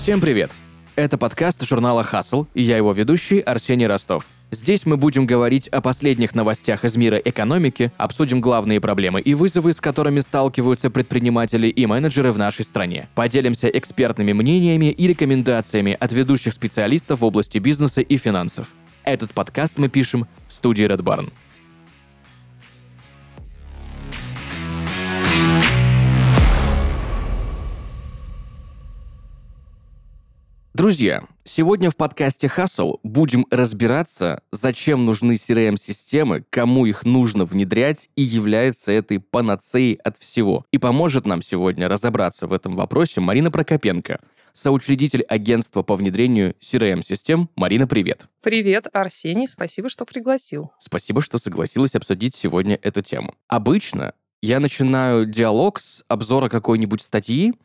Всем привет! Это подкаст журнала Hustle, и я его ведущий Арсений Ростов. Здесь мы будем говорить о последних новостях из мира экономики, обсудим главные проблемы и вызовы, с которыми сталкиваются предприниматели и менеджеры в нашей стране. Поделимся экспертными мнениями и рекомендациями от ведущих специалистов в области бизнеса и финансов. Этот подкаст мы пишем в студии Red Barn. Друзья, сегодня в подкасте Hustle будем разбираться, зачем нужны CRM-системы, кому их нужно внедрять и является этой панацеей от всего. И поможет нам сегодня разобраться в этом вопросе Марина Прокопенко, соучредитель агентства по внедрению CRM-систем. Марина, привет. Привет, Арсений, спасибо, что пригласил. Спасибо, что согласилась обсудить сегодня эту тему. Обычно я начинаю диалог с обзора какой-нибудь статьи,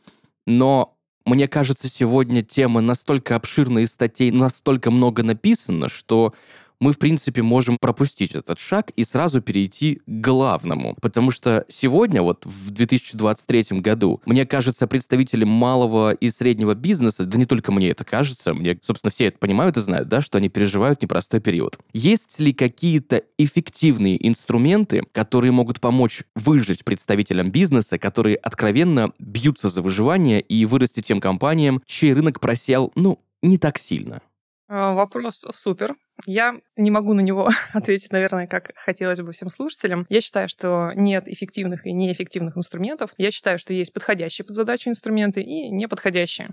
но мне кажется, сегодня тема настолько обширна и статей настолько много написано, что мы, в принципе, можем пропустить этот шаг и сразу перейти к главному. Потому что сегодня, вот в 2023 году, мне кажется, представители малого и среднего бизнеса, да не только мне это кажется, мне, собственно, все это понимают и знают, да, что они переживают непростой период. Есть ли какие-то эффективные инструменты, которые могут помочь выжить представителям бизнеса, которые откровенно бьются за выживание и вырасти тем компаниям, чей рынок просел, не так сильно? Вопрос супер. Я не могу на него ответить, наверное, как хотелось бы всем слушателям. Я считаю, что нет эффективных и неэффективных инструментов. Я считаю, что есть подходящие под задачу инструменты и неподходящие.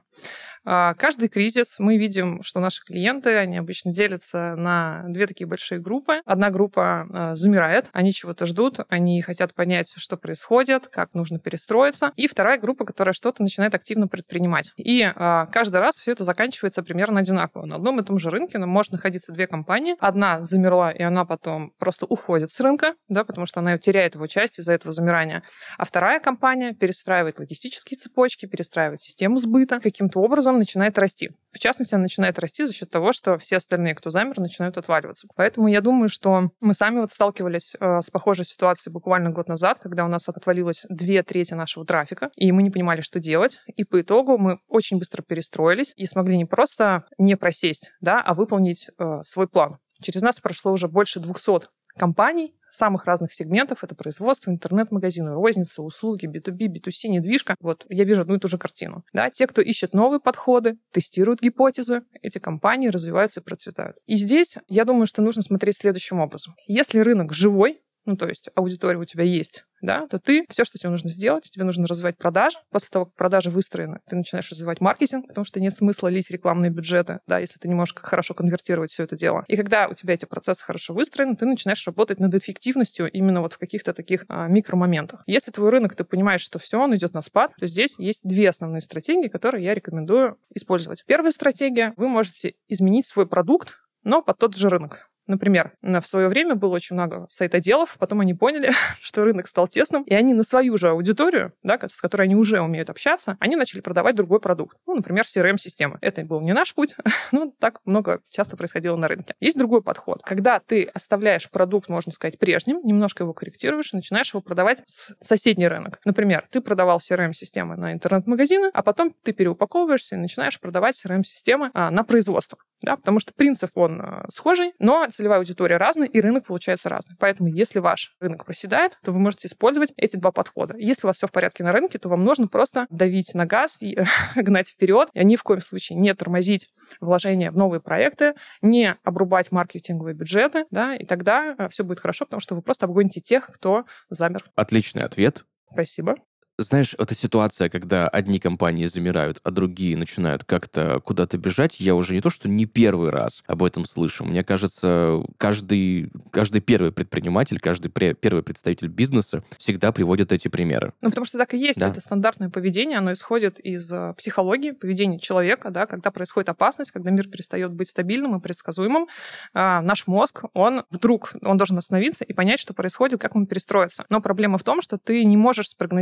Каждый кризис мы видим, что наши клиенты, они обычно делятся на две такие большие группы. Одна группа замирает, они чего-то ждут, они хотят понять, что происходит, как нужно перестроиться. И вторая группа, которая что-то начинает активно предпринимать. И каждый раз все это заканчивается примерно одинаково. На одном и том же рынке может находиться две компании. Одна замерла, и она потом просто уходит с рынка, да, потому что она теряет его часть из-за этого замирания. А вторая компания перестраивает логистические цепочки, перестраивает систему сбыта, каким-то образом начинает расти. В частности, она начинает расти за счет того, что все остальные, кто замер, начинают отваливаться. Поэтому я думаю, что мы сами сталкивались с похожей ситуацией буквально год назад, когда у нас отвалилось 2/3 нашего трафика, и мы не понимали, что делать. И по итогу мы очень быстро перестроились и смогли не просто не просесть, да, а выполнить свой план. Через нас прошло уже больше 200 компаний самых разных сегментов. Это производство, интернет-магазины, розница, услуги, B2B, B2C, недвижка. Вот я вижу одну и ту же картину. Да, те, кто ищет новые подходы, тестируют гипотезы, эти компании развиваются и процветают. И здесь, я думаю, что нужно смотреть следующим образом. Если рынок живой, то есть аудитория у тебя есть, да, то все, что тебе нужно сделать, тебе нужно развивать продажи. После того, как продажи выстроены, ты начинаешь развивать маркетинг, потому что нет смысла лить рекламные бюджеты, да, если ты не можешь хорошо конвертировать все это дело. И когда у тебя эти процессы хорошо выстроены, ты начинаешь работать над эффективностью именно вот в каких-то таких микромоментах. Если твой рынок, ты понимаешь, что все, он идет на спад, то здесь есть две основные стратегии, которые я рекомендую использовать. Первая стратегия: вы можете изменить свой продукт, но под тот же рынок. Например, в свое время было очень много сайтоделов, потом они поняли, что рынок стал тесным, и они на свою же аудиторию, да, с которой они уже умеют общаться, они начали продавать другой продукт. Например, CRM-системы. Это был не наш путь, но так много часто происходило на рынке. Есть другой подход. Когда ты оставляешь продукт, можно сказать, прежним, немножко его корректируешь и начинаешь его продавать в соседний рынок. Например, ты продавал CRM-системы на интернет-магазины, а потом ты переупаковываешься и начинаешь продавать CRM-системы на производство. Да, потому что принцип, он схожий, но целевая аудитория разная, и рынок получается разный. Поэтому, если ваш рынок проседает, то вы можете использовать эти два подхода. Если у вас все в порядке на рынке, то вам нужно просто давить на газ и гнать вперед, и ни в коем случае не тормозить вложения в новые проекты, не обрубать маркетинговые бюджеты, да, и тогда все будет хорошо, потому что вы просто обгоните тех, кто замер. Отличный ответ. Спасибо. Знаешь, эта ситуация, когда одни компании замирают, а другие начинают как-то куда-то бежать, я уже не то, что не первый раз об этом слышу. Мне кажется, каждый первый предприниматель, каждый первый представитель бизнеса всегда приводит эти примеры. Потому что так и есть. Да. Это стандартное поведение, оно исходит из психологии, поведения человека, да, когда происходит опасность, когда мир перестает быть стабильным и предсказуемым, наш мозг, он должен остановиться и понять, что происходит, как он перестроится. Но проблема в том, что ты не можешь спрогнозировать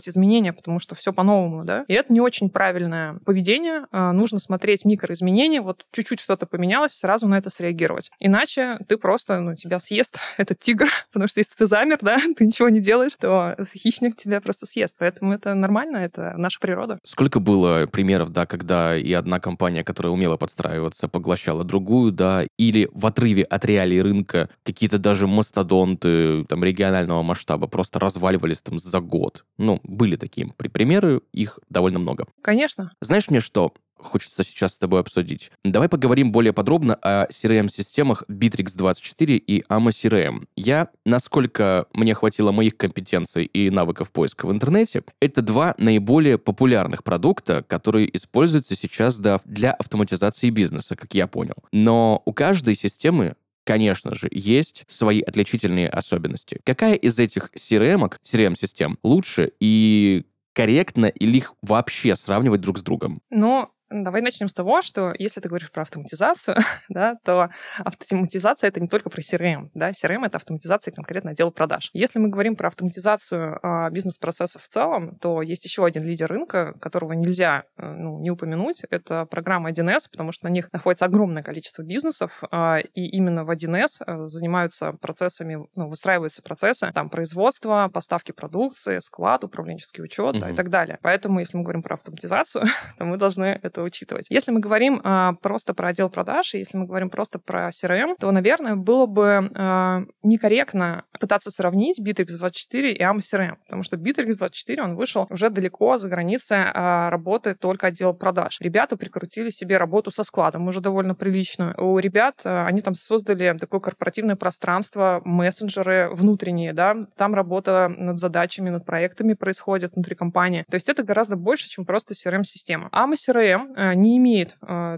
делать изменения, потому что все по-новому, да. И это не очень правильное поведение. Нужно смотреть микроизменения, вот чуть-чуть что-то поменялось, сразу на это среагировать. Иначе ты просто, тебя съест этот тигр, потому что если ты замер, да, ты ничего не делаешь, то хищник тебя просто съест. Поэтому это нормально, это наша природа. Сколько было примеров, да, когда и одна компания, которая умела подстраиваться, поглощала другую, да, или в отрыве от реалий рынка какие-то даже мастодонты там регионального масштаба просто разваливались там за год. Были такие примеры, их довольно много. Конечно. Знаешь, мне что хочется сейчас с тобой обсудить? Давай поговорим более подробно о CRM-системах Bittrex24 и AMA CRM. Насколько мне хватило моих компетенций и навыков поиска в интернете, это два наиболее популярных продукта, которые используются сейчас для автоматизации бизнеса, как я понял. Но у каждой системы, конечно же, есть свои отличительные особенности. Какая из этих CRM-систем лучше и корректно ли их вообще сравнивать друг с другом? Давай начнем с того, что если ты говоришь про автоматизацию, да, то автоматизация — это не только про CRM. Да? CRM — это автоматизация конкретно отдела продаж. Если мы говорим про автоматизацию бизнес-процессов в целом, то есть еще один лидер рынка, которого нельзя не упомянуть. Это программа 1С, потому что на них находится огромное количество бизнесов, и именно в 1С занимаются процессами, выстраиваются процессы там, производства, поставки продукции, склад, управленческий учет, да, и так далее. Поэтому, если мы говорим про автоматизацию, то мы должны это учитывать. Если мы говорим просто про отдел продаж, и если мы говорим просто про CRM, то, наверное, было бы некорректно пытаться сравнить Bittrex24 и AMA CRM, потому что Bittrex24, он вышел уже далеко за границы работы только отдела продаж. Ребята прикрутили себе работу со складом уже довольно приличную. У ребят, они там создали такое корпоративное пространство, мессенджеры внутренние, да, там работа над задачами, над проектами происходит внутри компании. То есть это гораздо больше, чем просто CRM-система. AMA CRM не имеет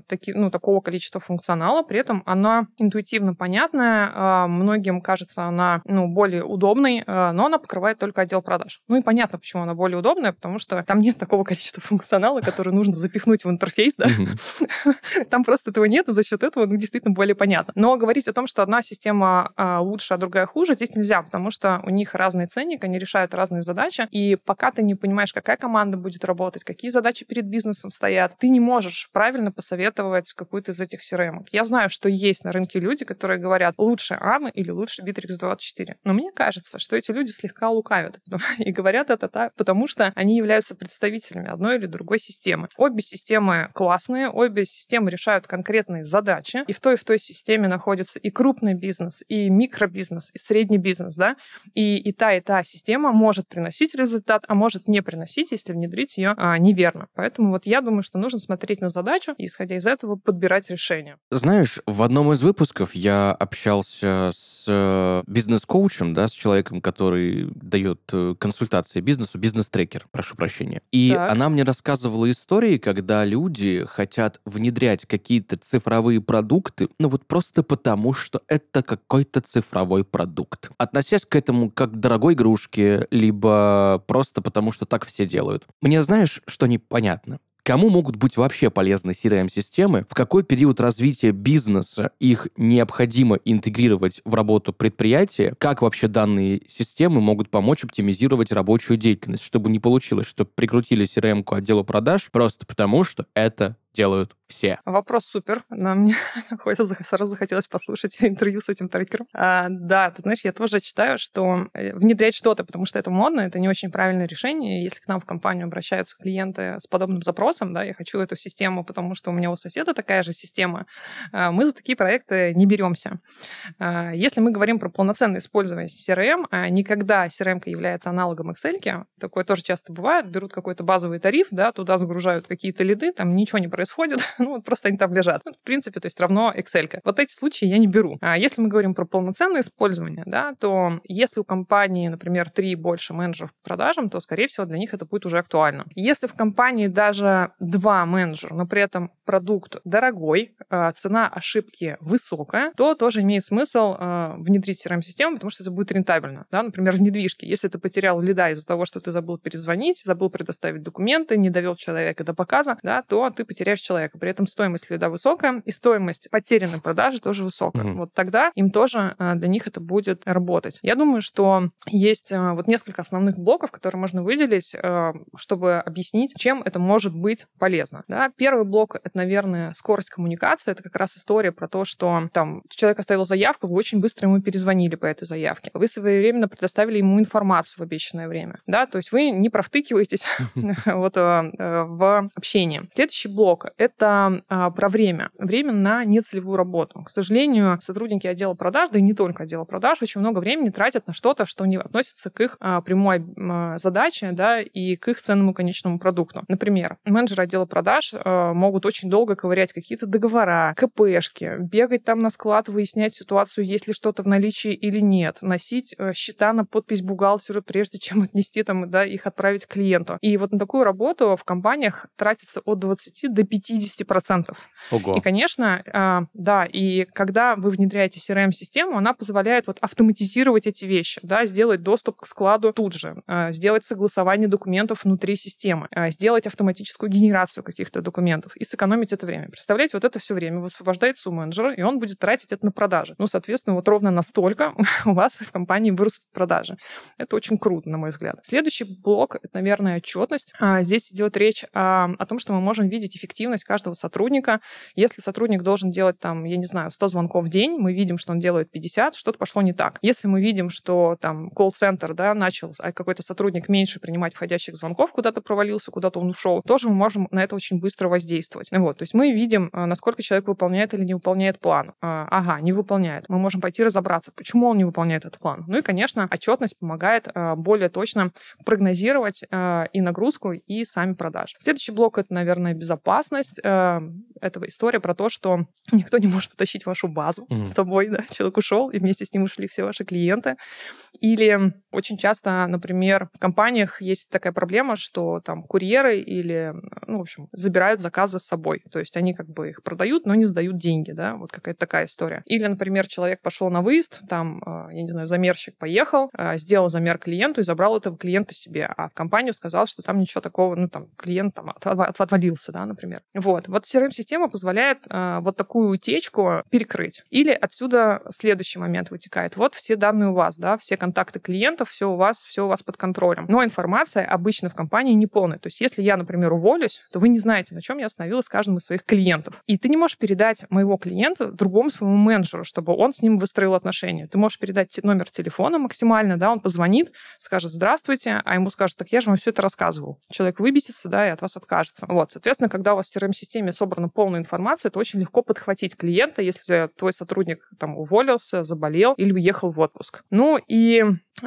такого количества функционала, при этом она интуитивно понятная, многим кажется она более удобной, но она покрывает только отдел продаж. И понятно, почему она более удобная, потому что там нет такого количества функционала, который нужно запихнуть в интерфейс, да? Там просто этого нет, и за счет этого действительно более понятно. Но говорить о том, что одна система лучше, а другая хуже, здесь нельзя, потому что у них разный ценник, они решают разные задачи, и пока ты не понимаешь, какая команда будет работать, какие задачи перед бизнесом стоят, ты не можешь правильно посоветовать какую-то из этих CRM. Я знаю, что есть на рынке люди, которые говорят, лучше AMA или лучше Bittrex24. Но мне кажется, что эти люди слегка лукавят. И говорят это так, потому что они являются представителями одной или другой системы. Обе системы классные, обе системы решают конкретные задачи. И в той системе находится и крупный бизнес, и микробизнес, и средний бизнес. Да? И та система может приносить результат, а может не приносить, если внедрить ее неверно. Поэтому я думаю, что нужно смотреть на задачу и, исходя из этого, подбирать решение. Знаешь, в одном из выпусков я общался с бизнес-коучем, да, с человеком, который дает консультации бизнесу, бизнес-трекер, прошу прощения. И она мне рассказывала истории, когда люди хотят внедрять какие-то цифровые продукты, просто потому, что это какой-то цифровой продукт. Относясь к этому как к дорогой игрушке, либо просто потому, что так все делают. Мне знаешь, что непонятно? Кому могут быть вообще полезны CRM-системы, в какой период развития бизнеса их необходимо интегрировать в работу предприятия, как вообще данные системы могут помочь оптимизировать рабочую деятельность, чтобы не получилось, что прикрутили CRM-ку отделу продаж просто потому, что это делают все. Вопрос супер. Мне сразу захотелось послушать интервью с этим трекером. Да, ты знаешь, я тоже считаю, что внедрять что-то, потому что это модно, это не очень правильное решение. Если к нам в компанию обращаются клиенты с подобным запросом, да, я хочу эту систему, потому что у меня у соседа такая же система, мы за такие проекты не беремся. Если мы говорим про полноценное использование CRM, никогда CRM-ка является аналогом Excel-ки, такое тоже часто бывает, берут какой-то базовый тариф, да, туда загружают какие-то лиды, там ничего не происходит, просто они там лежат. В принципе, то есть равно Excel-ка. Эти случаи я не беру. А если мы говорим про полноценное использование, да, то если у компании, например, 3 больше менеджеров по продажам, то, скорее всего, для них это будет уже актуально. Если в компании даже 2 менеджера, но при этом продукт дорогой, цена ошибки высокая, то тоже имеет смысл внедрить CRM-систему, потому что это будет рентабельно. Да? Например, в недвижке. Если ты потерял лида из-за того, что ты забыл перезвонить, забыл предоставить документы, не довел человека до показа, да, то ты потерял теряешь человека. При этом стоимость лида высокая, и стоимость потерянной продажи тоже высокая. Вот тогда им тоже для них это будет работать. Я думаю, что есть вот несколько основных блоков, которые можно выделить, чтобы объяснить, чем это может быть полезно. Да? Первый блок — это, наверное, скорость коммуникации. Это как раз история про то, что там человек оставил заявку, вы очень быстро ему перезвонили по этой заявке. Вы своевременно предоставили ему информацию в обещанное время. Да? То есть вы не провтыкиваетесь вот в общении. Следующий блок — это про время. Время на нецелевую работу. К сожалению, сотрудники отдела продаж, да и не только отдела продаж, очень много времени тратят на что-то, что не относится к их прямой задаче, да, и к их ценному конечному продукту. Например, менеджеры отдела продаж могут очень долго ковырять какие-то договора, КПшки, бегать там на склад, выяснять ситуацию, есть ли что-то в наличии или нет, носить счета на подпись бухгалтеру, прежде чем отнести там, да, их отправить клиенту. И вот на такую работу в компаниях тратится от 20 до 50%. Ого. И, конечно, да, и когда вы внедряете CRM-систему, она позволяет вот автоматизировать эти вещи, да, сделать доступ к складу тут же, сделать согласование документов внутри системы, сделать автоматическую генерацию каких-то документов и сэкономить это время. Представляете, вот это все время высвобождается у менеджера, и он будет тратить это на продажи. Ну, соответственно, вот ровно настолько у вас в компании вырастут продажи. Это очень круто, на мой взгляд. Следующий блок — это, наверное, отчетность. Здесь идет речь о том, что мы можем видеть эффективность каждого сотрудника. Если сотрудник должен делать, там, я не знаю, 100 звонков в день, мы видим, что он делает 50, что-то пошло не так. Если мы видим, что там колл-центр, да, начал, а какой-то сотрудник меньше принимать входящих звонков, куда-то провалился, куда-то он ушел, тоже мы можем на это очень быстро воздействовать. Вот, то есть мы видим, насколько человек выполняет или не выполняет план. Ага, не выполняет. Мы можем пойти разобраться, почему он не выполняет этот план. Ну и, конечно, отчетность помогает более точно прогнозировать и нагрузку, и сами продажи. Следующий блок — это, наверное, безопасность. Это история про то, что никто не может утащить вашу базу с собой, да, человек ушел, и вместе с ним ушли все ваши клиенты. Или очень часто, например, в компаниях есть такая проблема, что там курьеры или, ну, в общем, забирают заказы с собой. То есть они как бы их продают, но не сдают деньги, да, вот какая-то такая история. Или, например, человек пошел на выезд, там, я не знаю, замерщик поехал, сделал замер клиенту и забрал этого клиента себе, а в компанию сказал, что там ничего такого, ну, там, клиент там отвалился, да, например. Вот CRM-система позволяет вот такую утечку перекрыть. Или отсюда следующий момент вытекает. Вот все данные у вас, да, все контакты клиентов, все у вас под контролем. Но информация обычно в компании не полная. То есть если я, например, уволюсь, то вы не знаете, на чем я остановилась с каждым из своих клиентов. И ты не можешь передать моего клиента другому своему менеджеру, чтобы он с ним выстроил отношения. Ты можешь передать номер телефона максимально, да, он позвонит, скажет «здравствуйте», а ему скажут «так я же вам все это рассказывал». Человек выбесится, да, и от вас откажется. Вот, соответственно, когда у вас в CRM-системе собрана полная информация, это очень легко подхватить клиента, если твой сотрудник там уволился, заболел или уехал в отпуск. Ну и,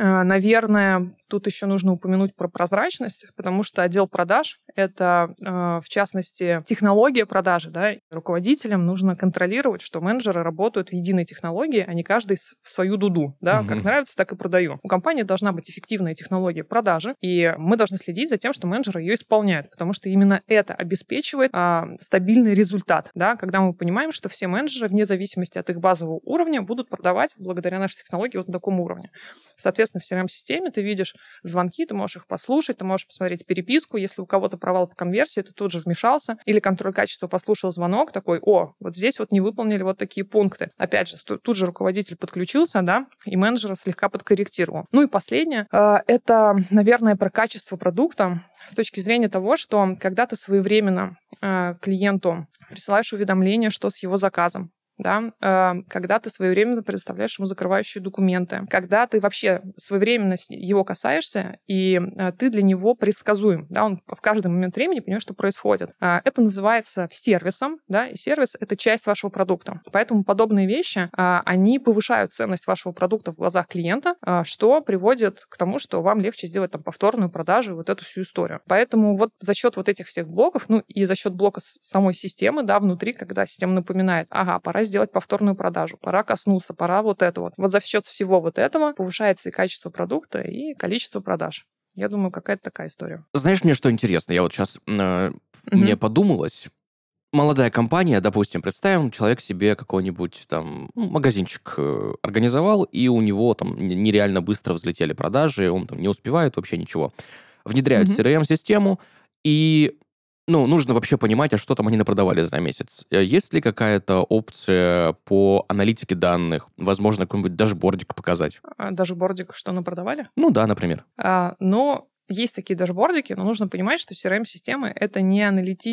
наверное, тут еще нужно упомянуть про прозрачность, потому что отдел продаж — это, в частности, технология продажи, да, руководителям нужно контролировать, что менеджеры работают в единой технологии, а не каждый в свою дуду, да, как нравится, так и продаю. У компании должна быть эффективная технология продажи, и мы должны следить за тем, что менеджеры ее исполняют, потому что именно это обеспечивает стабильный результат, да, когда мы понимаем, что все менеджеры, вне зависимости от их базового уровня, будут продавать благодаря нашей технологии вот на таком уровне. Соответственно, в CRM-системе ты видишь звонки, ты можешь их послушать, ты можешь посмотреть переписку, если у кого-то провал по конверсии, ты тут же вмешался, или контроль качества послушал звонок, такой, о, вот здесь вот не выполнили вот такие пункты. Опять же, тут же руководитель подключился, да, и менеджера слегка подкорректировал. Ну и последнее, это, наверное, про качество продукта с точки зрения того, что когда ты своевременно клиенту присылаешь уведомление, что с его заказом, да, когда ты своевременно предоставляешь ему закрывающие документы, когда ты вообще своевременно его касаешься, и ты для него предсказуем, да, он в каждый момент времени понимает, что происходит. Это называется сервисом, да, и сервис — это часть вашего продукта. Поэтому подобные вещи, они повышают ценность вашего продукта в глазах клиента, что приводит к тому, что вам легче сделать там повторную продажу и вот эту всю историю. Поэтому вот за счет вот этих всех блоков, ну и за счет блока самой системы, да, внутри, когда система напоминает, ага, пора сделать повторную продажу, пора коснуться, пора вот это вот. Вот за счет всего вот этого повышается и качество продукта, и количество продаж. Я думаю, какая-то такая история. Знаешь, мне что интересно? Я вот сейчас мне подумалось. Молодая компания, допустим, представим, человек себе какой-нибудь там магазинчик организовал, и у него там нереально быстро взлетели продажи, он там не успевает вообще ничего. Внедряют CRM-систему, и нужно вообще понимать, а что там они напродавали за месяц. Есть ли какая-то опция по аналитике данных? Возможно, какой-нибудь дашбордик показать? Дашбордик, что напродавали? Ну да, например. Но есть такие дашбордики, но нужно понимать, что CRM-системы — это не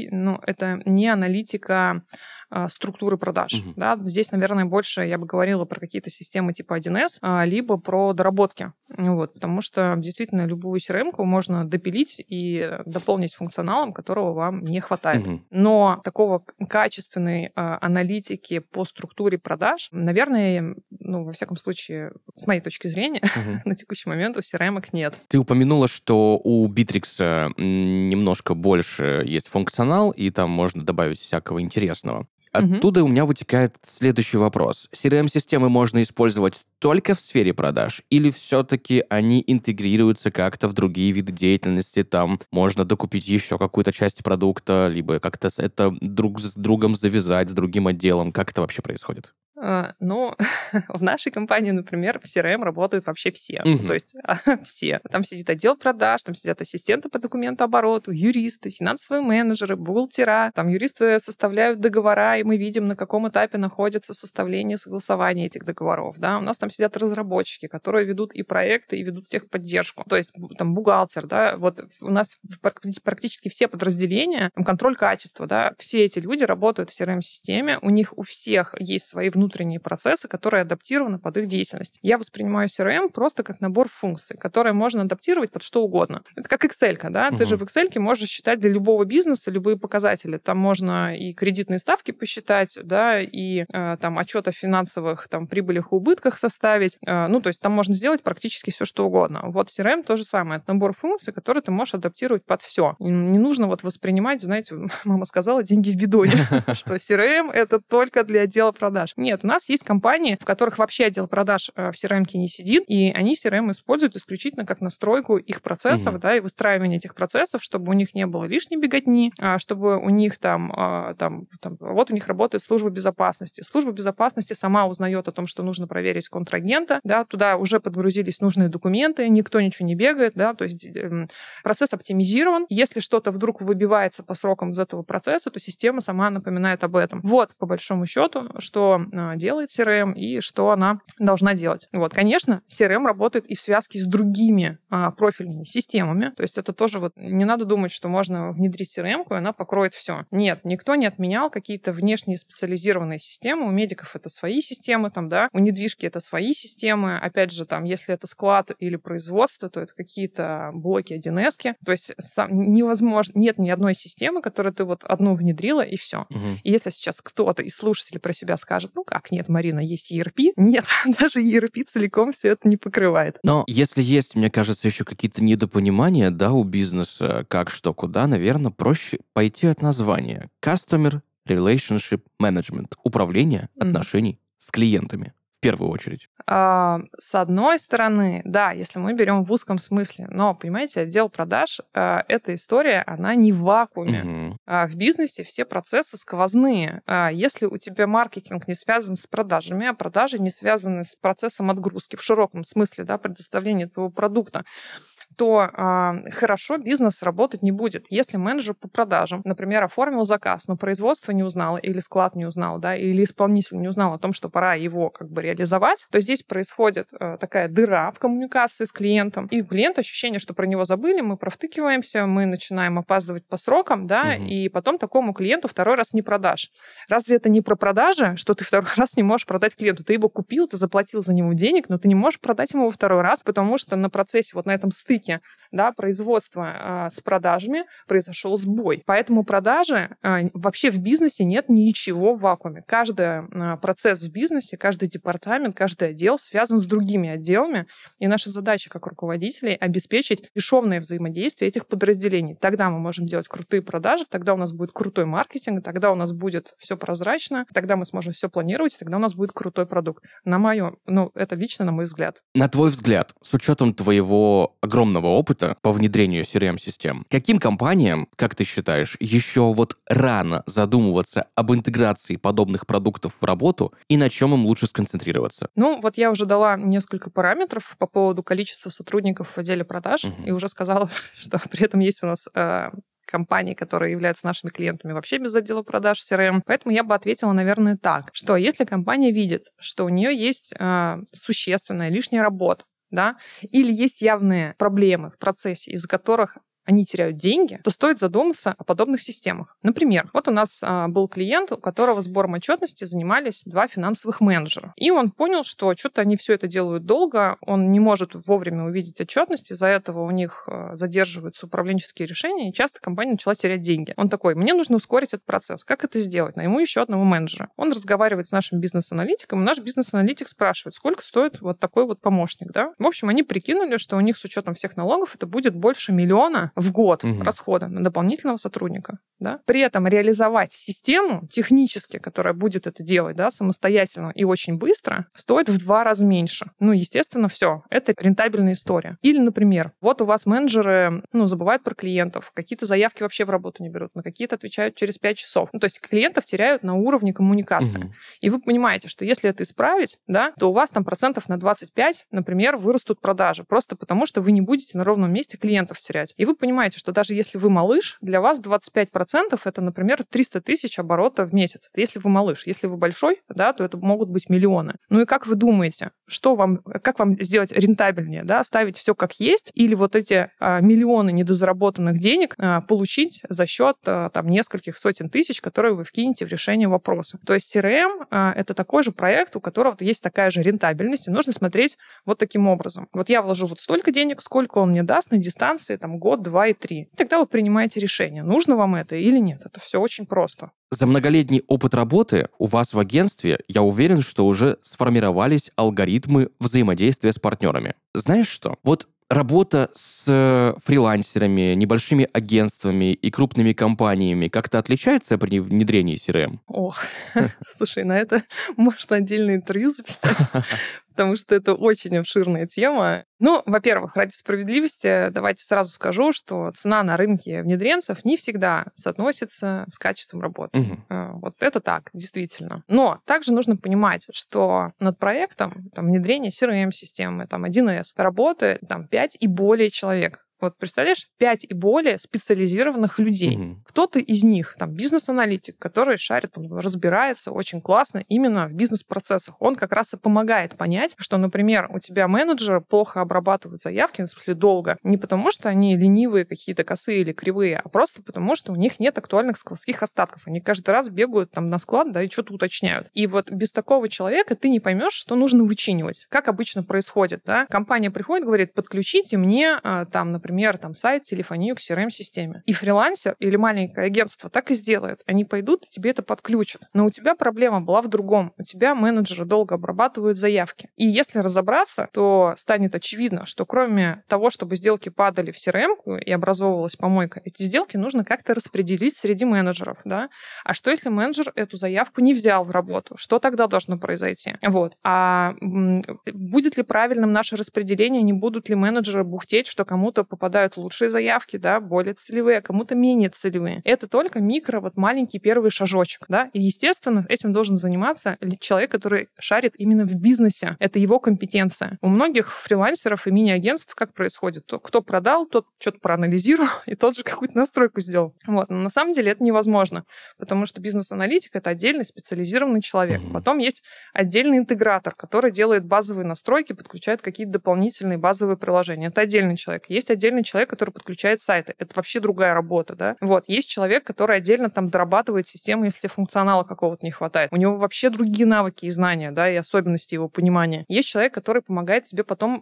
аналитика структуры продаж. Мгм. Да? Здесь, наверное, больше я бы говорила про какие-то системы типа 1С, либо про доработки. Вот, потому что действительно любую CRM-ку можно допилить и дополнить функционалом, которого вам не хватает. Мгм. Но такого качественной аналитики по структуре продаж, наверное, во всяком случае, с моей точки зрения, Мгм. на текущий момент у CRM-ок нет. Ты упомянула, что у Bittrex немножко больше есть функционал, и там можно добавить всякого интересного. Мгм. Оттуда у меня вытекает следующий вопрос. CRM-системы можно использовать только в сфере продаж? Или все-таки они интегрируются как-то в другие виды деятельности? Там можно докупить еще какую-то часть продукта, либо как-то это друг с другом завязать, с другим отделом? Как это вообще происходит? Ну, в нашей компании, например, в CRM работают вообще все. Мгм. То есть все. Там сидит отдел продаж, там сидят ассистенты по документообороту, юристы, финансовые менеджеры, бухгалтера. Там юристы составляют договора, и мы видим, на каком этапе находится составление, согласование этих договоров. Да? У нас там сидят разработчики, которые ведут и проекты, и ведут техподдержку. То есть там бухгалтер, да, вот у нас практически все подразделения, там, контроль качества, да, все эти люди работают в CRM-системе, у них у всех есть свои внутренние процессы, которые адаптированы под их деятельность. Я воспринимаю CRM просто как набор функций, которые можно адаптировать под что угодно. Это как Excel-ка, да? Ты же в Excel-ке можешь считать для любого бизнеса любые показатели. Там можно и кредитные ставки посчитать, да, и там отчет о финансовых там прибылях и убытках составить. То есть там можно сделать практически все, что угодно. Вот CRM то же самое. Это набор функций, которые ты можешь адаптировать под все. Не нужно вот воспринимать, знаете, мама сказала, деньги в бидоне, что CRM — это только для отдела продаж. Нет, у нас есть компании, в которых вообще отдел продаж в CRM-ке не сидит, и они CRM используют исключительно как настройку их процессов, да, и выстраивание этих процессов, чтобы у них не было лишней беготни, чтобы у них вот у них работает служба безопасности. Служба безопасности сама узнает о том, что нужно проверить контрагента, да, туда уже подгрузились нужные документы, никто ничего не бегает, да, то есть процесс оптимизирован. Если что-то вдруг выбивается по срокам из этого процесса, то система сама напоминает об этом. Вот, по большому счету, что делает CRM и что она должна делать. Вот, конечно, CRM работает и в связке с другими профильными системами. То есть это тоже вот не надо думать, что можно внедрить CRM-ку, и она покроет все. Нет, никто не отменял какие-то внешние специализированные системы. У медиков это свои системы, там, да, у недвижки это свои системы. Опять же, там, если это склад или производство, то это какие-то блоки 1С-ки. То есть невозможно, нет ни одной системы, которую ты вот одну внедрила, и все. И если сейчас кто-то из слушателей про себя скажет, ну как, нет, Марина, есть ERP? Нет, даже ERP целиком все это не покрывает. Но если есть, мне кажется, еще какие-то недопонимания, да, у бизнеса, как, что, куда, наверное, проще пойти от названия. Customer Relationship Management. Управление отношений с клиентами. В первую очередь. С одной стороны, да, если мы берем в узком смысле, но, понимаете, отдел продаж, эта история, она не в вакууме. В бизнесе все процессы сквозные. Если у тебя маркетинг не связан с продажами, а продажи не связаны с процессом отгрузки в широком смысле, да, предоставления твоего продукта, то хорошо бизнес работать не будет. Если менеджер по продажам, например, оформил заказ, но производство не узнало, или склад не узнал, да, или исполнитель не узнал о том, что пора его как бы реализовать, то здесь происходит такая дыра в коммуникации с клиентом, и у клиента ощущение, что про него забыли, мы провтыкиваемся, мы начинаем опаздывать по срокам, да, и потом такому клиенту второй раз не продашь. Разве это не про продажи, что ты второй раз не можешь продать клиенту? Ты его купил, ты заплатил за него денег, но ты не можешь продать ему во второй раз, потому что на процессе, вот на этом стыке, да, производства с продажами произошел сбой. Поэтому продажи вообще в бизнесе нет ничего в вакууме. Каждый процесс в бизнесе, каждый департамент, каждый отдел связан с другими отделами, и наша задача как руководителей обеспечить бесшовное взаимодействие этих подразделений. Тогда мы можем делать крутые продажи, тогда у нас будет крутой маркетинг, тогда у нас будет все прозрачно, тогда мы сможем все планировать, тогда у нас будет крутой продукт. Это лично на мой взгляд. На твой взгляд, с учетом твоего огромного опыта по внедрению CRM-систем, каким компаниям, как ты считаешь, еще вот рано задумываться об интеграции подобных продуктов в работу и на чем им лучше сконцентрироваться? Вот я уже дала несколько параметров по поводу количества сотрудников в отделе продаж и уже сказала, что при этом есть у нас компаний, которые являются нашими клиентами, вообще без отдела продаж CRM. Поэтому я бы ответила, наверное, так, что если компания видит, что у нее есть существенная лишняя работа, да, или есть явные проблемы в процессе, из-за которых они теряют деньги, то стоит задуматься о подобных системах. Например, вот у нас был клиент, у которого сбором отчетности занимались 2 финансовых менеджера. И он понял, что что-то они все это делают долго, он не может вовремя увидеть отчетность, из-за этого у них задерживаются управленческие решения, и часто компания начала терять деньги. Он такой: мне нужно ускорить этот процесс. Как это сделать? Найму еще одного менеджера. Он разговаривает с нашим бизнес-аналитиком, и наш бизнес-аналитик спрашивает, сколько стоит вот такой вот помощник, да? В общем, они прикинули, что у них с учетом всех налогов это будет больше 1 миллиона в год расхода на дополнительного сотрудника. Да? При этом реализовать систему технически, которая будет это делать, да, самостоятельно и очень быстро, стоит в 2 раза меньше. Ну, естественно, все. Это рентабельная история. Или, например, вот у вас менеджеры, забывают про клиентов, какие-то заявки вообще в работу не берут, на какие-то отвечают через 5 часов. То есть клиентов теряют на уровне коммуникации. И вы понимаете, что если это исправить, да, то у вас там процентов на 25, например, вырастут продажи. Просто потому, что вы не будете на ровном месте клиентов терять. И вы понимаете, что даже если вы малыш, для вас 25% это, например, 300 тысяч оборота в месяц. Это если вы малыш. Если вы большой, да, то это могут быть миллионы. Ну и как вы думаете, как вам сделать рентабельнее, да, оставить все как есть или вот эти миллионы недозаработанных денег получить за счет нескольких сотен тысяч, которые вы вкинете в решение вопроса. То есть CRM это такой же проект, у которого есть такая же рентабельность, и нужно смотреть вот таким образом. Вот я вложу вот столько денег, сколько он мне даст на дистанции год, 2 и 3. И тогда вы принимаете решение, нужно вам это или нет. Это все очень просто. За многолетний опыт работы у вас в агентстве, я уверен, что уже сформировались алгоритмы взаимодействия с партнерами. Знаешь что? Вот работа с фрилансерами, небольшими агентствами и крупными компаниями как-то отличается при внедрении CRM? Ох, слушай, на это можно отдельное интервью записать, потому что это очень обширная тема. Во-первых, ради справедливости давайте сразу скажу, что цена на рынке внедренцев не всегда соотносится с качеством работы. Вот это так, действительно. Но также нужно понимать, что над проектом внедрения CRM-системы, 1С, работает 5 и более человек. Вот представляешь, 5 и более специализированных людей. Кто-то из них, бизнес-аналитик, который шарит, разбирается очень классно именно в бизнес-процессах. Он как раз и помогает понять, что, например, у тебя менеджеры плохо обрабатывают заявки, в смысле долго, не потому что они ленивые, какие-то косые или кривые, а просто потому что у них нет актуальных складских остатков. Они каждый раз бегают на склад, да, и что-то уточняют. И вот без такого человека ты не поймешь, что нужно вычинивать. Как обычно происходит, да? Компания приходит, говорит: подключите мне, например, сайт, телефонию к CRM-системе. И фрилансер или маленькое агентство так и сделает. Они пойдут и тебе это подключат. Но у тебя проблема была в другом. У тебя менеджеры долго обрабатывают заявки. И если разобраться, то станет очевидно, что кроме того, чтобы сделки падали в CRM и образовывалась помойка, эти сделки нужно как-то распределить среди менеджеров. Да? А что, если менеджер эту заявку не взял в работу? Что тогда должно произойти? Вот. А будет ли правильным наше распределение? Не будут ли менеджеры бухтеть, что кому-то попадают лучшие заявки, да, более целевые, а кому-то менее целевые. Это только маленький первый шажочек, да, и, естественно, этим должен заниматься человек, который шарит именно в бизнесе. Это его компетенция. У многих фрилансеров и мини-агентств как происходит? Кто продал, тот что-то проанализировал, и тот же какую-то настройку сделал. Вот. Но на самом деле это невозможно, потому что бизнес-аналитик — это отдельный специализированный человек. Потом есть отдельный интегратор, который делает базовые настройки, подключает какие-то дополнительные базовые приложения. Это отдельный человек. Есть отдельный человек, который подключает сайты. Это вообще другая работа, да. Вот. Есть человек, который отдельно дорабатывает систему, если функционала какого-то не хватает. У него вообще другие навыки и знания, да, и особенности его понимания. Есть человек, который помогает тебе потом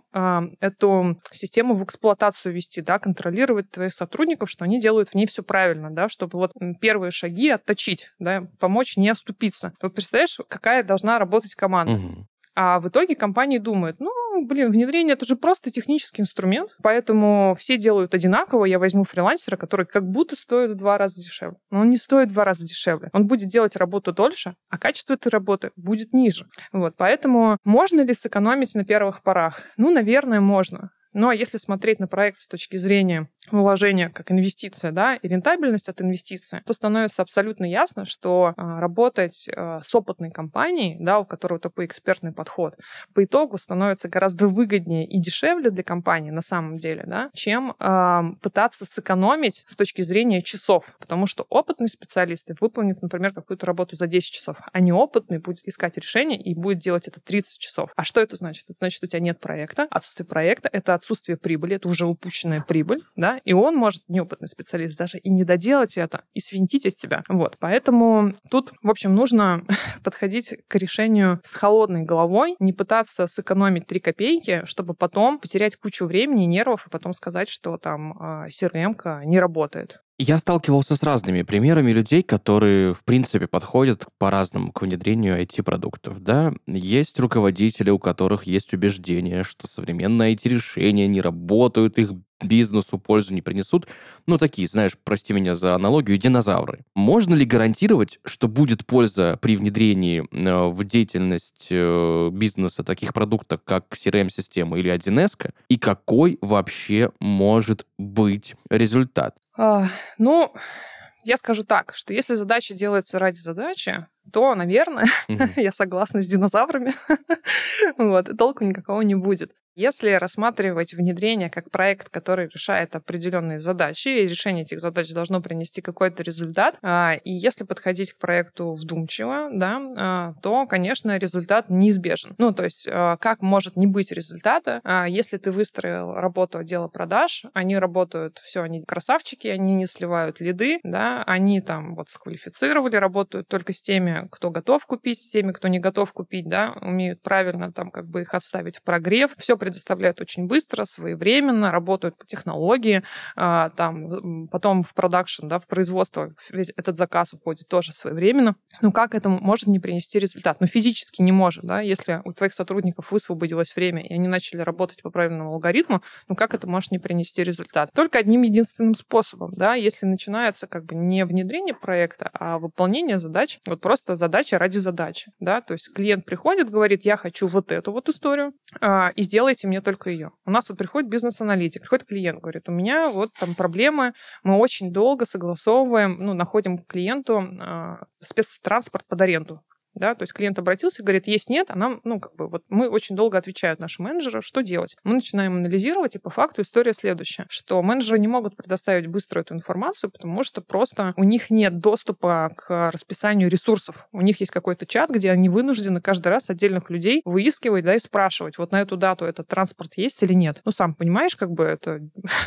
эту систему в эксплуатацию вести, да, контролировать твоих сотрудников, что они делают в ней все правильно, да, чтобы первые шаги отточить, да, помочь не оступиться. Вот представляешь, какая должна работать команда. А в итоге компании думают: внедрение — это же просто технический инструмент, поэтому все делают одинаково, я возьму фрилансера, который как будто стоит в 2 раза дешевле. Но он не стоит в 2 раза дешевле. Он будет делать работу дольше, а качество этой работы будет ниже. Вот, поэтому можно ли сэкономить на первых порах? Наверное, можно. Но если смотреть на проект с точки зрения вложения как инвестиция, да, и рентабельность от инвестиции, то становится абсолютно ясно, что работать с опытной компанией, да, у которой такой экспертный подход, по итогу становится гораздо выгоднее и дешевле для компании на самом деле, да, чем пытаться сэкономить с точки зрения часов. Потому что опытный специалист выполнит, например, какую-то работу за 10 часов, а неопытный будет искать решение и будет делать это 30 часов. А что это значит? Это значит, у тебя нет проекта. Отсутствие проекта — это отсутствие прибыли, это уже упущенная прибыль, да, и он может, неопытный специалист, даже и не доделать это, и свинтить от тебя. Вот, поэтому тут, в общем, нужно подходить к решению с холодной головой, не пытаться сэкономить 3 копейки, чтобы потом потерять кучу времени и нервов, и потом сказать, что там CRM-ка не работает. Я сталкивался с разными примерами людей, которые, в принципе, подходят по-разному к внедрению IT-продуктов. Да, есть руководители, у которых есть убеждение, что современные IT-решения не работают, их бизнесу пользу не принесут. Ну, такие, знаешь, прости меня за аналогию, динозавры. Можно ли гарантировать, что будет польза при внедрении в деятельность бизнеса таких продуктов, как CRM-система или 1С? И какой вообще может быть результат? Ну, я скажу так, что если задача делается ради задачи, то, наверное, я согласна с динозаврами, вот, и толку никакого не будет. Если рассматривать внедрение как проект, который решает определенные задачи, и решение этих задач должно принести какой-то результат, и если подходить к проекту вдумчиво, да, то, конечно, результат неизбежен. Ну, то есть, как может не быть результата, если ты выстроил работу отдела продаж, они работают, все, они красавчики, они не сливают лиды, да, они там вот сквалифицировали, работают только с теми, кто готов купить, с теми, кто не готов купить, да, умеют правильно там как бы их отставить в прогрев, все предоставляют очень быстро, своевременно, работают по технологии, там, потом в продакшн, да, в производство этот заказ уходит тоже своевременно. Ну, как это может не принести результат? Ну, физически не может, да, если у твоих сотрудников высвободилось время, и они начали работать по правильному алгоритму, ну, как это может не принести результат? Только одним единственным способом, да, если начинается как бы не внедрение проекта, а выполнение задач, вот просто задача ради задачи, да, то есть клиент приходит, говорит, я хочу вот эту вот историю, и сделайте мне только ее. У нас вот приходит бизнес-аналитик, приходит клиент, говорит, у меня вот там проблемы, мы очень долго согласовываем, ну, находим клиенту спецтранспорт под аренду. Да, то есть клиент обратился, говорит, есть, нет, а нам, ну, как бы, вот мы очень долго отвечают нашим менеджеру, что делать. Мы начинаем анализировать, и по факту история следующая, что менеджеры не могут предоставить быстро эту информацию, потому что просто у них нет доступа к расписанию ресурсов. У них есть какой-то чат, где они вынуждены каждый раз отдельных людей выискивать, да, и спрашивать, вот на эту дату этот транспорт есть или нет. Ну, сам понимаешь, как бы это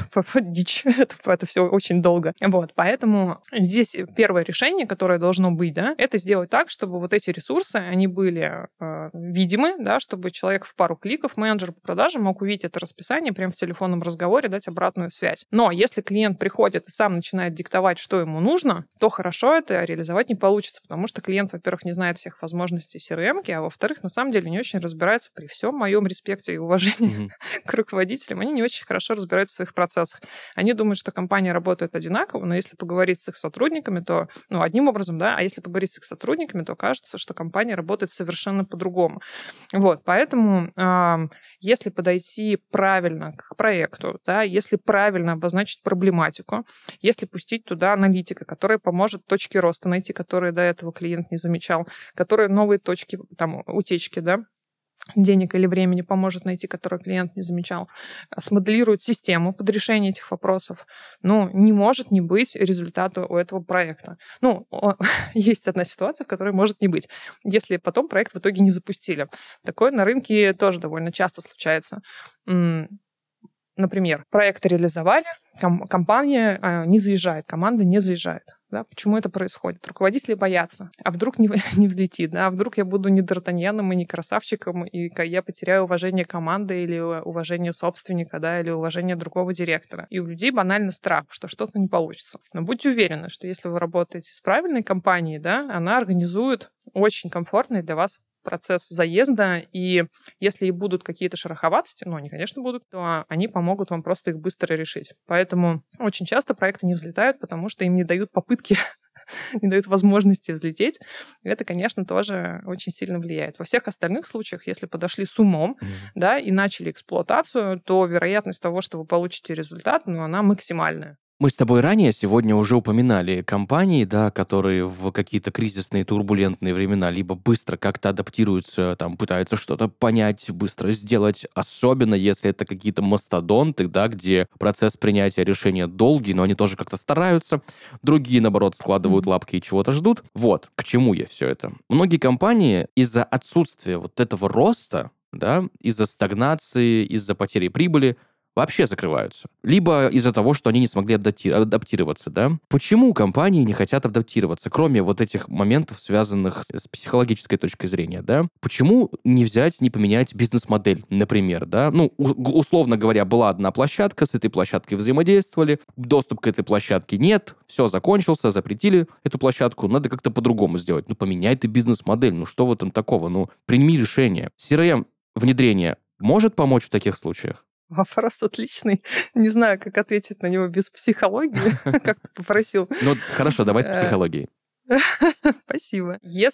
дичь, это все очень долго. Вот, поэтому здесь первое решение, которое должно быть, да, это сделать так, чтобы вот эти ресурсы, они были видимы, да, чтобы человек в пару кликов, менеджер по продажам мог увидеть это расписание прямо в телефонном разговоре, дать обратную связь. Но если клиент приходит и сам начинает диктовать, что ему нужно, то хорошо это реализовать не получится, потому что клиент, во-первых, не знает всех возможностей CRM-ки, а во-вторых, на самом деле не очень разбирается при всем моем респекте и уважении к руководителям, они не очень хорошо разбираются в своих процессах. Они думают, что компания работает одинаково, но если поговорить с их сотрудниками, то, ну, одним образом, да, а если поговорить с их сотрудниками, то кажется, что компания работает совершенно по-другому. Вот, поэтому если подойти правильно к проекту, да, если правильно обозначить проблематику, если пустить туда аналитика, который поможет точки роста найти, которые до этого клиент не замечал, которые новые точки, там, утечки, да, денег или времени поможет найти, который клиент не замечал, смоделирует систему под решение этих вопросов, ну, не может не быть результата у этого проекта. Ну, есть одна ситуация, в которой может не быть, если потом проект в итоге не запустили. Такое на рынке тоже довольно часто случается. Например, проект реализовали, компания не заезжает, команда не заезжает. Да, почему это происходит? Руководители боятся. А вдруг не взлетит? Да? А вдруг я буду не Д'Артаньяном и не красавчиком, и я потеряю уважение команды или уважение собственника, да, или уважение другого директора. И у людей банально страх, что что-то не получится. Но будьте уверены, что если вы работаете с правильной компанией, да, она организует очень комфортный для вас процесс заезда, и если и будут какие-то шероховатости, ну, они, конечно, будут, то они помогут вам просто их быстро решить. Поэтому очень часто проекты не взлетают, потому что им не дают попытки не дают возможности взлететь. Это, конечно, тоже очень сильно влияет. Во всех остальных случаях, если подошли с умом, да, и начали эксплуатацию, то вероятность того, что вы получите результат, она максимальная. Мы с тобой ранее сегодня уже упоминали компании, да, которые в какие-то кризисные, турбулентные времена либо быстро как-то адаптируются, там, пытаются что-то понять, быстро сделать, особенно если это какие-то мастодонты, да, где процесс принятия решения долгий, но они тоже как-то стараются. Другие, наоборот, складывают лапки и чего-то ждут. Вот, к чему я все это. Многие компании из-за отсутствия вот этого роста, да, из-за стагнации, из-за потери прибыли, вообще закрываются. Либо из-за того, что они не смогли адаптироваться, да. Почему компании не хотят адаптироваться, кроме вот этих моментов, связанных с психологической точкой зрения, да? Почему не взять, не поменять бизнес-модель, например, да? Ну, условно говоря, была одна площадка, с этой площадкой взаимодействовали, доступ к этой площадке нет, все, закончился, запретили эту площадку, надо как-то по-другому сделать. Ну, поменяй ты бизнес-модель, ну, что в этом такого? Ну, прими решение. CRM-внедрение может помочь в таких случаях? Вопрос отличный. Не знаю, как ответить на него без психологии, как ты попросил. Ну, хорошо, давай с психологией. Спасибо.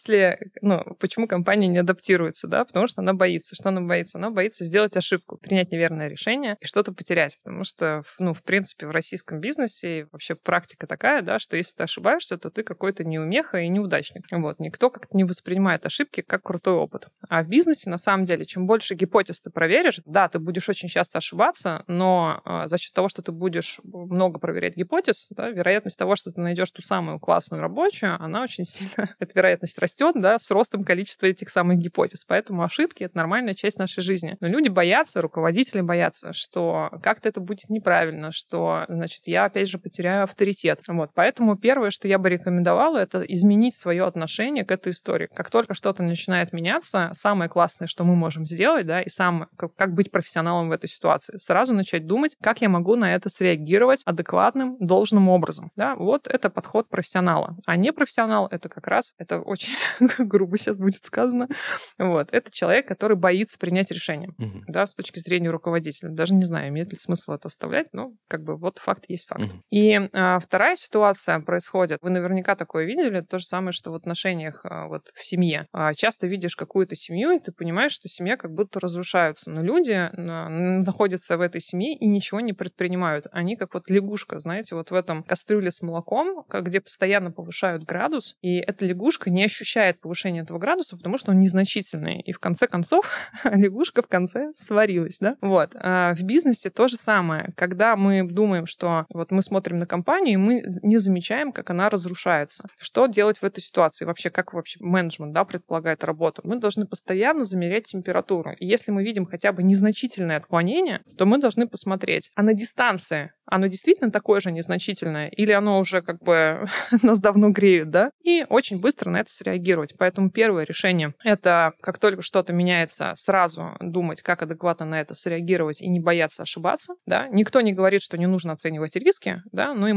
Почему компания не адаптируется, да? Потому что она боится. Что она боится? Она боится сделать ошибку, принять неверное решение и что-то потерять. Потому что, в принципе, в российском бизнесе вообще практика такая, да, что если ты ошибаешься, то ты какой-то неумеха и неудачник. Вот. Никто как-то не воспринимает ошибки как крутой опыт. А в бизнесе, на самом деле, чем больше гипотез ты проверишь, да, ты будешь очень часто ошибаться, но за счет того, что ты будешь много проверять гипотез, да, вероятность того, что ты найдешь ту самую классную рабочую, она очень сильно, эта вероятность растет, да, с ростом количества этих самых гипотез. Поэтому ошибки — это нормальная часть нашей жизни. Но люди боятся, руководители боятся, что как-то это будет неправильно, что, значит, я, опять же, потеряю авторитет. Вот. Поэтому первое, что я бы рекомендовала, это изменить свое отношение к этой истории. Как только что-то начинает меняться, самое классное, что мы можем сделать, да, и как быть профессионалом в этой ситуации, сразу начать думать, как я могу на это среагировать адекватным, должным образом. Да? Вот это подход профессионала. А не профессионал — это как раз, это очень грубо сейчас будет сказано, вот, это человек, который боится принять решение, да, с точки зрения руководителя. Даже не знаю, имеет ли смысл это оставлять, но как бы вот факт есть факт. И вторая ситуация происходит, вы наверняка такое видели, то же самое, что в отношениях вот в семье. Часто видишь какую-то семью, и ты понимаешь, что семья как будто разрушается, но люди находятся в этой семье и ничего не предпринимают. Они как вот лягушка, знаете, вот в этом кастрюле с молоком, где постоянно повышают градус, и эта лягушка не ощущает повышения этого градуса, потому что он незначительный. И в конце концов лягушка в конце сварилась, да? Вот. А в бизнесе то же самое. Когда мы думаем, что вот мы смотрим на компанию, и мы не замечаем, как она разрушается. Что делать в этой ситуации? Вообще, как вообще менеджмент, да, предполагает работу? Мы должны постоянно замерять температуру. И если мы видим хотя бы незначительное отклонение, то мы должны посмотреть, а на дистанции оно действительно такое же незначительное, или оно уже как бы нас давно греют, да? И очень быстро на это среагировать. Поэтому первое решение — это как только что-то меняется, сразу думать, как адекватно на это среагировать и не бояться ошибаться, да? Никто не говорит, что не нужно оценивать риски, да? Но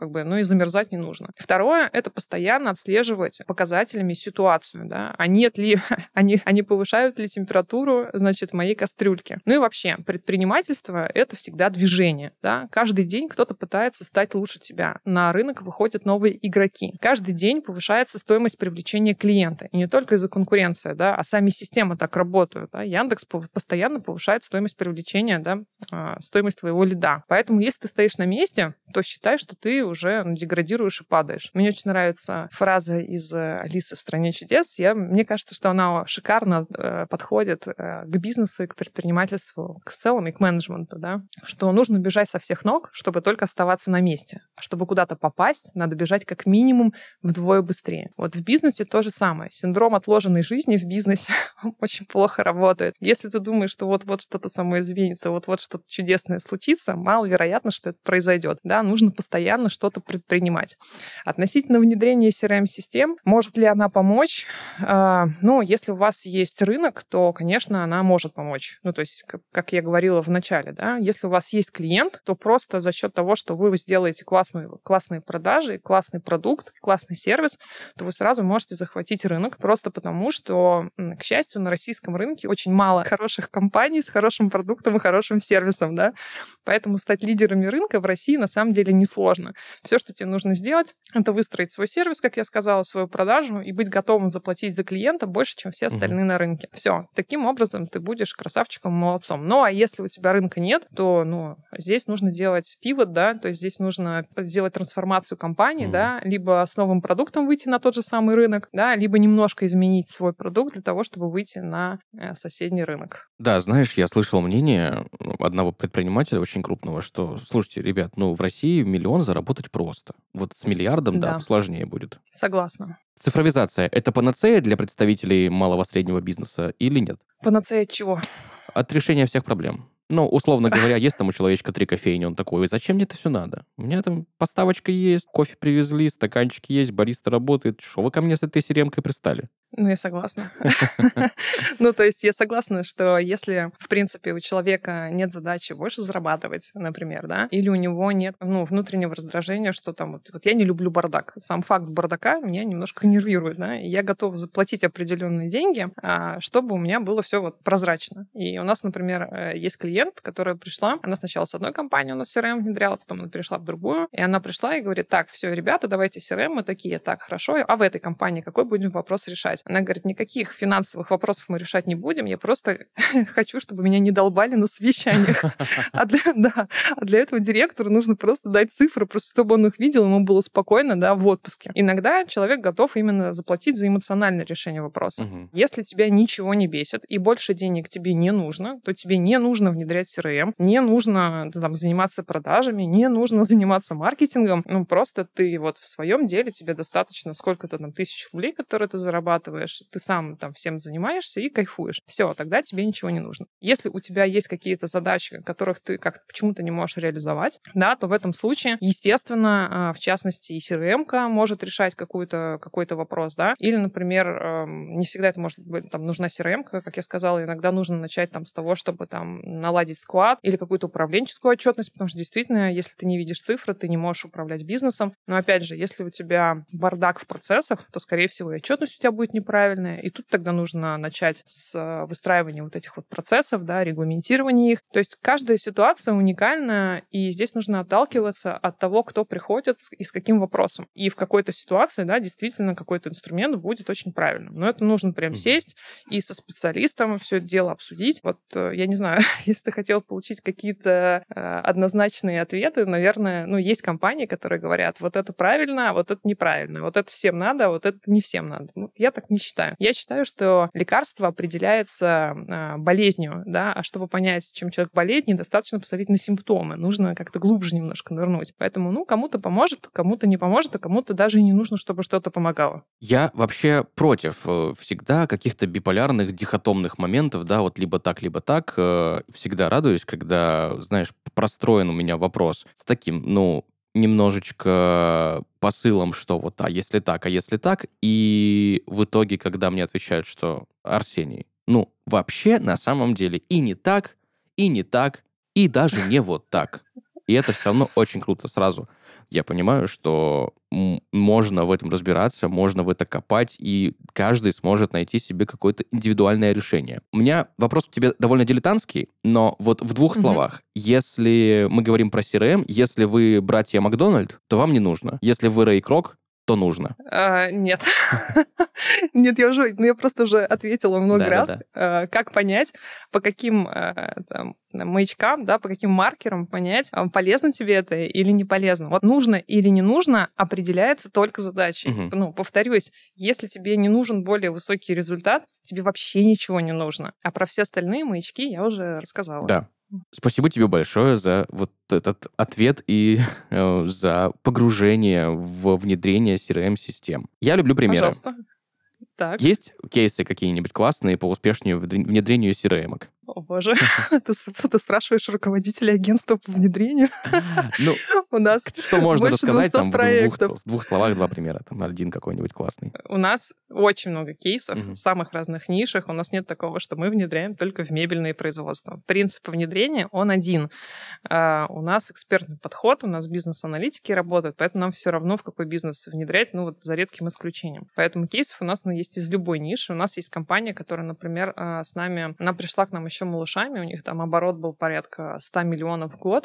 и замерзать не нужно. Второе — это постоянно отслеживать показателями ситуацию, да? А нет ли, они повышают ли температуру, значит, моей кастрюльки. Ну и вообще, предпринимательство — это всегда движение, да? Каждый день кто-то пытается стать лучше тебя. На рынок выходят новые игроки. Каждый день повышается стоимость привлечения клиента. И не только из-за конкуренции, да, а сами системы так работают. Да. Яндекс постоянно повышает стоимость привлечения, да, стоимость твоего лида. Поэтому если ты стоишь на месте, то считай, что ты уже деградируешь и падаешь. Мне очень нравится фраза из «Алисы в стране чудес». Мне кажется, что она шикарно подходит к бизнесу и к предпринимательству, в целом и к менеджменту, да, что нужно бежать со всех ног, чтобы только оставаться на месте. А чтобы куда-то попасть, надо бежать как минимум вдвое быстрее. Вот в бизнесе то же самое. Синдром отложенной жизни в бизнесе очень плохо работает. Если ты думаешь, что вот-вот что-то само изменится, вот-вот что-то чудесное случится, маловероятно, что это произойдет. Да? Нужно постоянно что-то предпринимать. Относительно внедрения CRM-систем, может ли она помочь? Если у вас есть рынок, то, конечно, она может помочь. То есть, как я говорила в начале, да, если у вас есть клиент, то просто за счет того, что вы сделаете классные продажи, классный продукт, классный сервис, то вы сразу можете захватить рынок, просто потому что, к счастью, на российском рынке очень мало хороших компаний с хорошим продуктом и хорошим сервисом, да, поэтому стать лидерами рынка в России на самом деле несложно. Все, что тебе нужно сделать, это выстроить свой сервис, как я сказала, свою продажу и быть готовым заплатить за клиента больше, чем все остальные на рынке. Все. Таким образом ты будешь красавчиком, молодцом. Ну, а если у тебя рынка нет, то, здесь нужно делать пивот, да, то есть здесь нужно сделать трансформацию компании, да, либо с новым продуктом выйти на тот же самый рынок, да, либо немножко изменить свой продукт для того, чтобы выйти на соседний рынок. Да, знаешь, я слышал мнение одного предпринимателя очень крупного, что, слушайте, ребят, в России 1 миллион заработать просто. Вот с миллиардом, да, сложнее будет. Согласна. Цифровизация – это панацея для представителей малого-среднего бизнеса или нет? Панацея от чего? От решения всех проблем. Условно говоря, есть там у человечка 3 кофейни, он такой: зачем мне это все надо? У меня там поставочка есть, кофе привезли, стаканчики есть, бариста работает. Что вы ко мне с этой CRM-кой пристали? Я согласна. То есть я согласна, что если, в принципе, у человека нет задачи больше зарабатывать, например, да, или у него нет, внутреннего раздражения, что там, вот я не люблю бардак. Сам факт бардака меня немножко нервирует, да, и я готова заплатить определенные деньги, чтобы у меня было все прозрачно. И у нас, например, есть клиент, которая пришла, она сначала с одной компанией у нас CRM внедряла, потом она перешла в другую, и она пришла и говорит: так, все, ребята, давайте CRM, мы такие, так, хорошо, а в этой компании какой будем вопрос решать? Она говорит: никаких финансовых вопросов мы решать не будем, я просто хочу, чтобы меня не долбали на совещаниях. А для этого директору нужно просто дать цифры, просто чтобы он их видел, ему было спокойно, да, в отпуске. Иногда человек готов именно заплатить за эмоциональное решение вопроса. Если тебя ничего не бесит и больше денег тебе не нужно, то тебе не нужно внедрять CRM, не нужно заниматься продажами, не нужно заниматься маркетингом. Просто ты в своем деле, тебе достаточно сколько-то 1000 рублей, которые ты зарабатываешь, ты сам всем занимаешься и кайфуешь. Все, тогда тебе ничего не нужно. Если у тебя есть какие-то задачи, которых ты как-то почему-то не можешь реализовать, да, то в этом случае, естественно, в частности, и CRM-ка может решать какой-то вопрос, да, или, например, не всегда это может быть, нужна CRM-ка, как я сказала, иногда нужно начать с того, чтобы наладить склад или какую-то управленческую отчетность, потому что действительно, если ты не видишь цифры, ты не можешь управлять бизнесом. Но опять же, если у тебя бардак в процессах, то, скорее всего, и отчетность у тебя будет неправильная, и тут тогда нужно начать с выстраивания этих процессов, да, регламентирования их. То есть каждая ситуация уникальна, и здесь нужно отталкиваться от того, кто приходит и с каким вопросом. И в какой-то ситуации, да, действительно, какой-то инструмент будет очень правильным. Но это нужно прям сесть и со специалистом все это дело обсудить. Я не знаю, если ты хотел получить какие-то однозначные ответы, наверное, есть компании, которые говорят: вот это правильно, а вот это неправильно, вот это всем надо, а вот это не всем надо. Я так не считаю. Я считаю, что лекарство определяется болезнью, да, а чтобы понять, чем человек болеет, недостаточно посмотреть на симптомы. Нужно как-то глубже немножко нырнуть. Поэтому, кому-то поможет, кому-то не поможет, а кому-то даже и не нужно, чтобы что-то помогало. Я вообще против всегда каких-то биполярных, дихотомных моментов, да, либо так, либо так. Всегда радуюсь, когда, знаешь, простроен у меня вопрос с таким, немножечко посылом, что если так, а если так, и в итоге, когда мне отвечают, что: Арсений, вообще на самом деле и не так, и даже не вот так. И это все равно очень круто сразу. Я понимаю, что можно в этом разбираться, можно в это копать, и каждый сможет найти себе какое-то индивидуальное решение. У меня вопрос к тебе довольно дилетантский, но в 2 словах. Если мы говорим про CRM, если вы братья Макдональд, то вам не нужно. Если вы Рэй Крок, то нужно. Нет. Нет, я просто уже ответила много раз. Как понять, по каким маячкам, да, по каким маркерам понять, полезно тебе это или не полезно. Нужно или не нужно определяется только задачей. Повторюсь, если тебе не нужен более высокий результат, тебе вообще ничего не нужно. А про все остальные маячки я уже рассказала. Да. Спасибо тебе большое за этот ответ и за погружение в внедрение CRM-систем. Я люблю примеры. Пожалуйста. Так. Есть кейсы какие-нибудь классные по успешному внедрению CRM-ок? О, боже. Ты спрашиваешь руководителя агентства по внедрению? Ну, У нас что можно больше рассказать 200 там проектов. в двух словах, два примера, там один какой-нибудь классный. У нас очень много кейсов Мгм. в самых разных нишах. У нас нет такого, что мы внедряем только в мебельные производства. Принцип внедрения, он один. У нас экспертный подход, у нас бизнес-аналитики работают, поэтому нам все равно, в какой бизнес внедрять, ну вот за редким исключением. Поэтому кейсов у нас есть из любой ниши. У нас есть компания, которая, например, с нами, она пришла к нам еще малышами, у них там оборот был порядка 100 миллионов в год,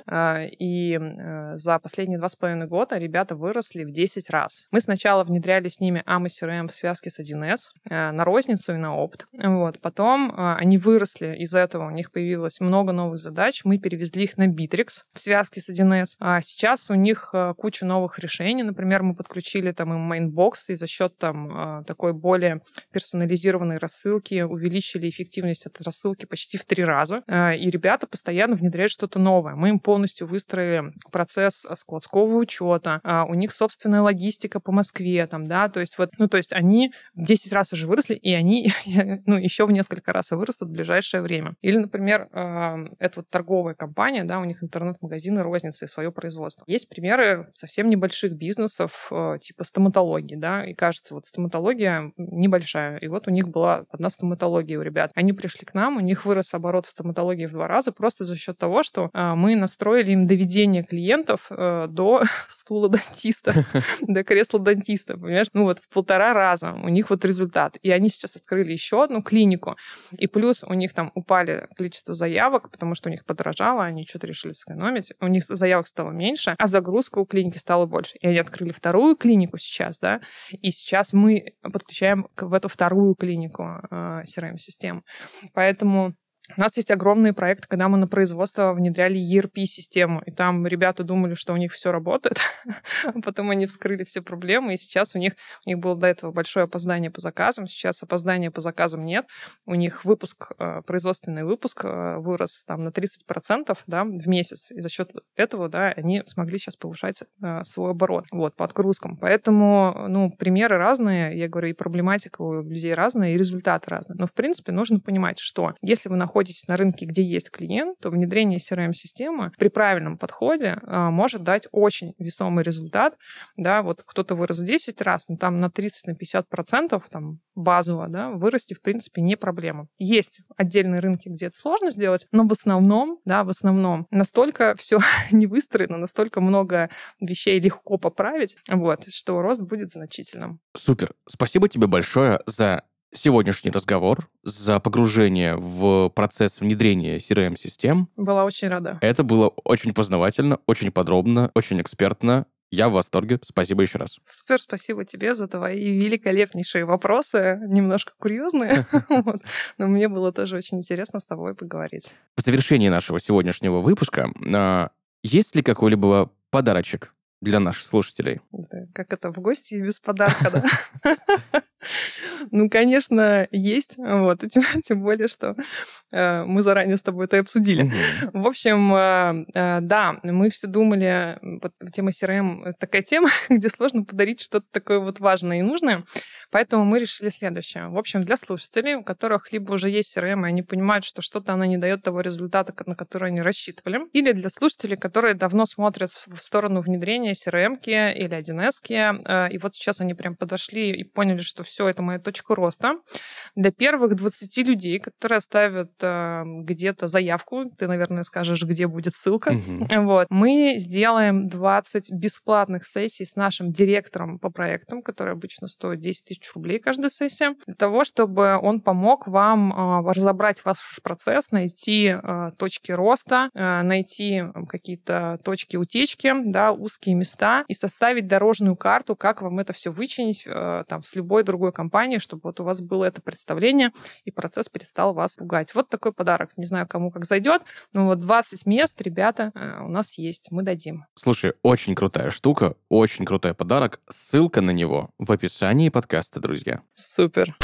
и за последние 2,5 года ребята выросли в 10 раз. Мы сначала внедряли с ними AMA CRM в связке с 1С на розницу и на опт. Вот. Потом они выросли из этого, у них появилось много новых задач, мы перевезли их на Bittrex в связке с 1С. А сейчас у них куча новых решений. Например, мы подключили там им Mainbox, и за счет там такой более персонализированной рассылки увеличили эффективность от рассылки почти в 3 раза. И ребята постоянно внедряют что-то новое. Мы им полностью выстроили процесс складского учета. У них собственная логистика по Москве, там, да, то есть вот, ну, то есть они в 10 раз уже выросли, и они, ну, еще в несколько раз вырастут в ближайшее время. Или, например, это вот торговая компания, да, у них интернет-магазины, розница и свое производство. Есть примеры совсем небольших бизнесов, типа стоматологии, да, и кажется, вот стоматология небольшая, и вот у них была одна стоматология у ребят. Они пришли к нам, у них вырос оборот в стоматологии в 2 раза просто за счет того, что мы настроили им доведение клиентов до стула дантиста, до кресла дантиста, понимаешь? Ну вот в 1,5 раза у них вот результат. И они сейчас открыли еще одну клинику, и плюс у них там упали количество заявок, потому что у них подорожало, они что-то решили сэкономить, у них заявок стало меньше, а загрузка у клиники стала больше. И они открыли 2-ю клинику сейчас, да, и сейчас мы подключаем в эту 2-ю клинику CRM-систему. Поэтому у нас есть огромные проекты, когда мы на производство внедряли ERP-систему, и там ребята думали, что у них все работает, потом они вскрыли все проблемы, и сейчас у них было до этого большое опоздание по заказам, сейчас опоздания по заказам нет, у них выпуск, производственный выпуск вырос там на 30%, да, в месяц, и за счет этого, да, они смогли сейчас повышать свой оборот, вот, по отгрузкам. Поэтому, ну, примеры разные, я говорю, и проблематика у людей разная, и результаты разные. Но, в принципе, нужно понимать, что если вы находитесь на рынке, где есть клиент, то внедрение CRM-системы при правильном подходе может дать очень весомый результат. Да, вот кто-то вырос в 10 раз, но там на 30-50% там базово, да, вырасти, в принципе, не проблема. Есть отдельные рынки, где это сложно сделать, но в основном настолько все не выстроено, настолько много вещей легко поправить, вот, что рост будет значительным. Супер. Спасибо тебе большое за сегодняшний разговор, за погружение в процесс внедрения CRM-систем. Была очень рада. Это было очень познавательно, очень подробно, очень экспертно. Я в восторге. Спасибо еще раз. Супер, спасибо тебе за твои великолепнейшие вопросы, немножко курьезные, но мне было тоже очень интересно с тобой поговорить. В завершении нашего сегодняшнего выпуска есть ли какой-либо подарочек для наших слушателей? Как это, в гости без подарка, да? Ну, конечно, есть. Вот. И тем более, что мы заранее с тобой это обсудили. В общем, да, мы все думали, вот тема CRM — такая тема, где сложно подарить что-то такое вот важное и нужное. Поэтому мы решили следующее. В общем, для слушателей, у которых либо уже есть CRM, и они понимают, что что-то она не дает того результата, на который они рассчитывали, или для слушателей, которые давно смотрят в сторону внедрения CRM-ки или 1С-ки, и вот сейчас они прям подошли и поняли, что все, это моя точка роста. Для первых 20 людей, которые оставят где-то заявку, ты, наверное, скажешь, где будет ссылка, вот, мы сделаем 20 бесплатных сессий с нашим директором по проектам, который обычно стоит 10 000 рублей каждая сессия, для того, чтобы он помог вам разобрать ваш процесс, найти точки роста, найти какие-то точки утечки, да, узкие места и составить дорожную карту, как вам это все вычинить там, с любой другой компании, чтобы вот у вас было это представление, и процесс перестал вас пугать. Вот такой подарок. Не знаю, кому как зайдет, но вот 20 мест, ребята, у нас есть, мы дадим. Слушай, очень крутая штука, очень крутой подарок. Ссылка на него в описании подкаста, друзья. Супер.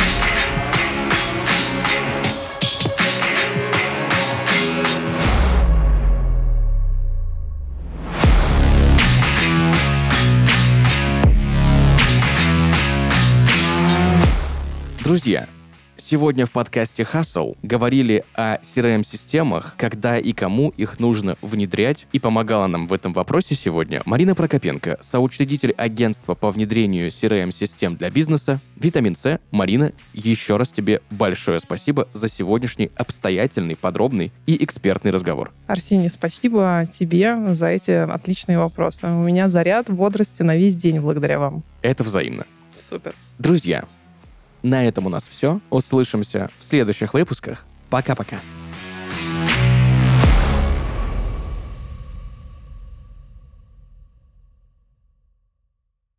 Друзья, Сегодня в подкасте Hustle говорили о CRM-системах, когда и кому их нужно внедрять, и помогала нам в этом вопросе сегодня Марина Прокопенко, соучредитель агентства по внедрению CRM-систем для бизнеса «Витамин С». Марина, еще раз тебе большое спасибо за сегодняшний обстоятельный, подробный и экспертный разговор. Арсений, спасибо тебе за эти отличные вопросы. У меня заряд бодрости на весь день благодаря вам. Это взаимно. Супер. Друзья, на этом у нас все. Услышимся в следующих выпусках. Пока-пока.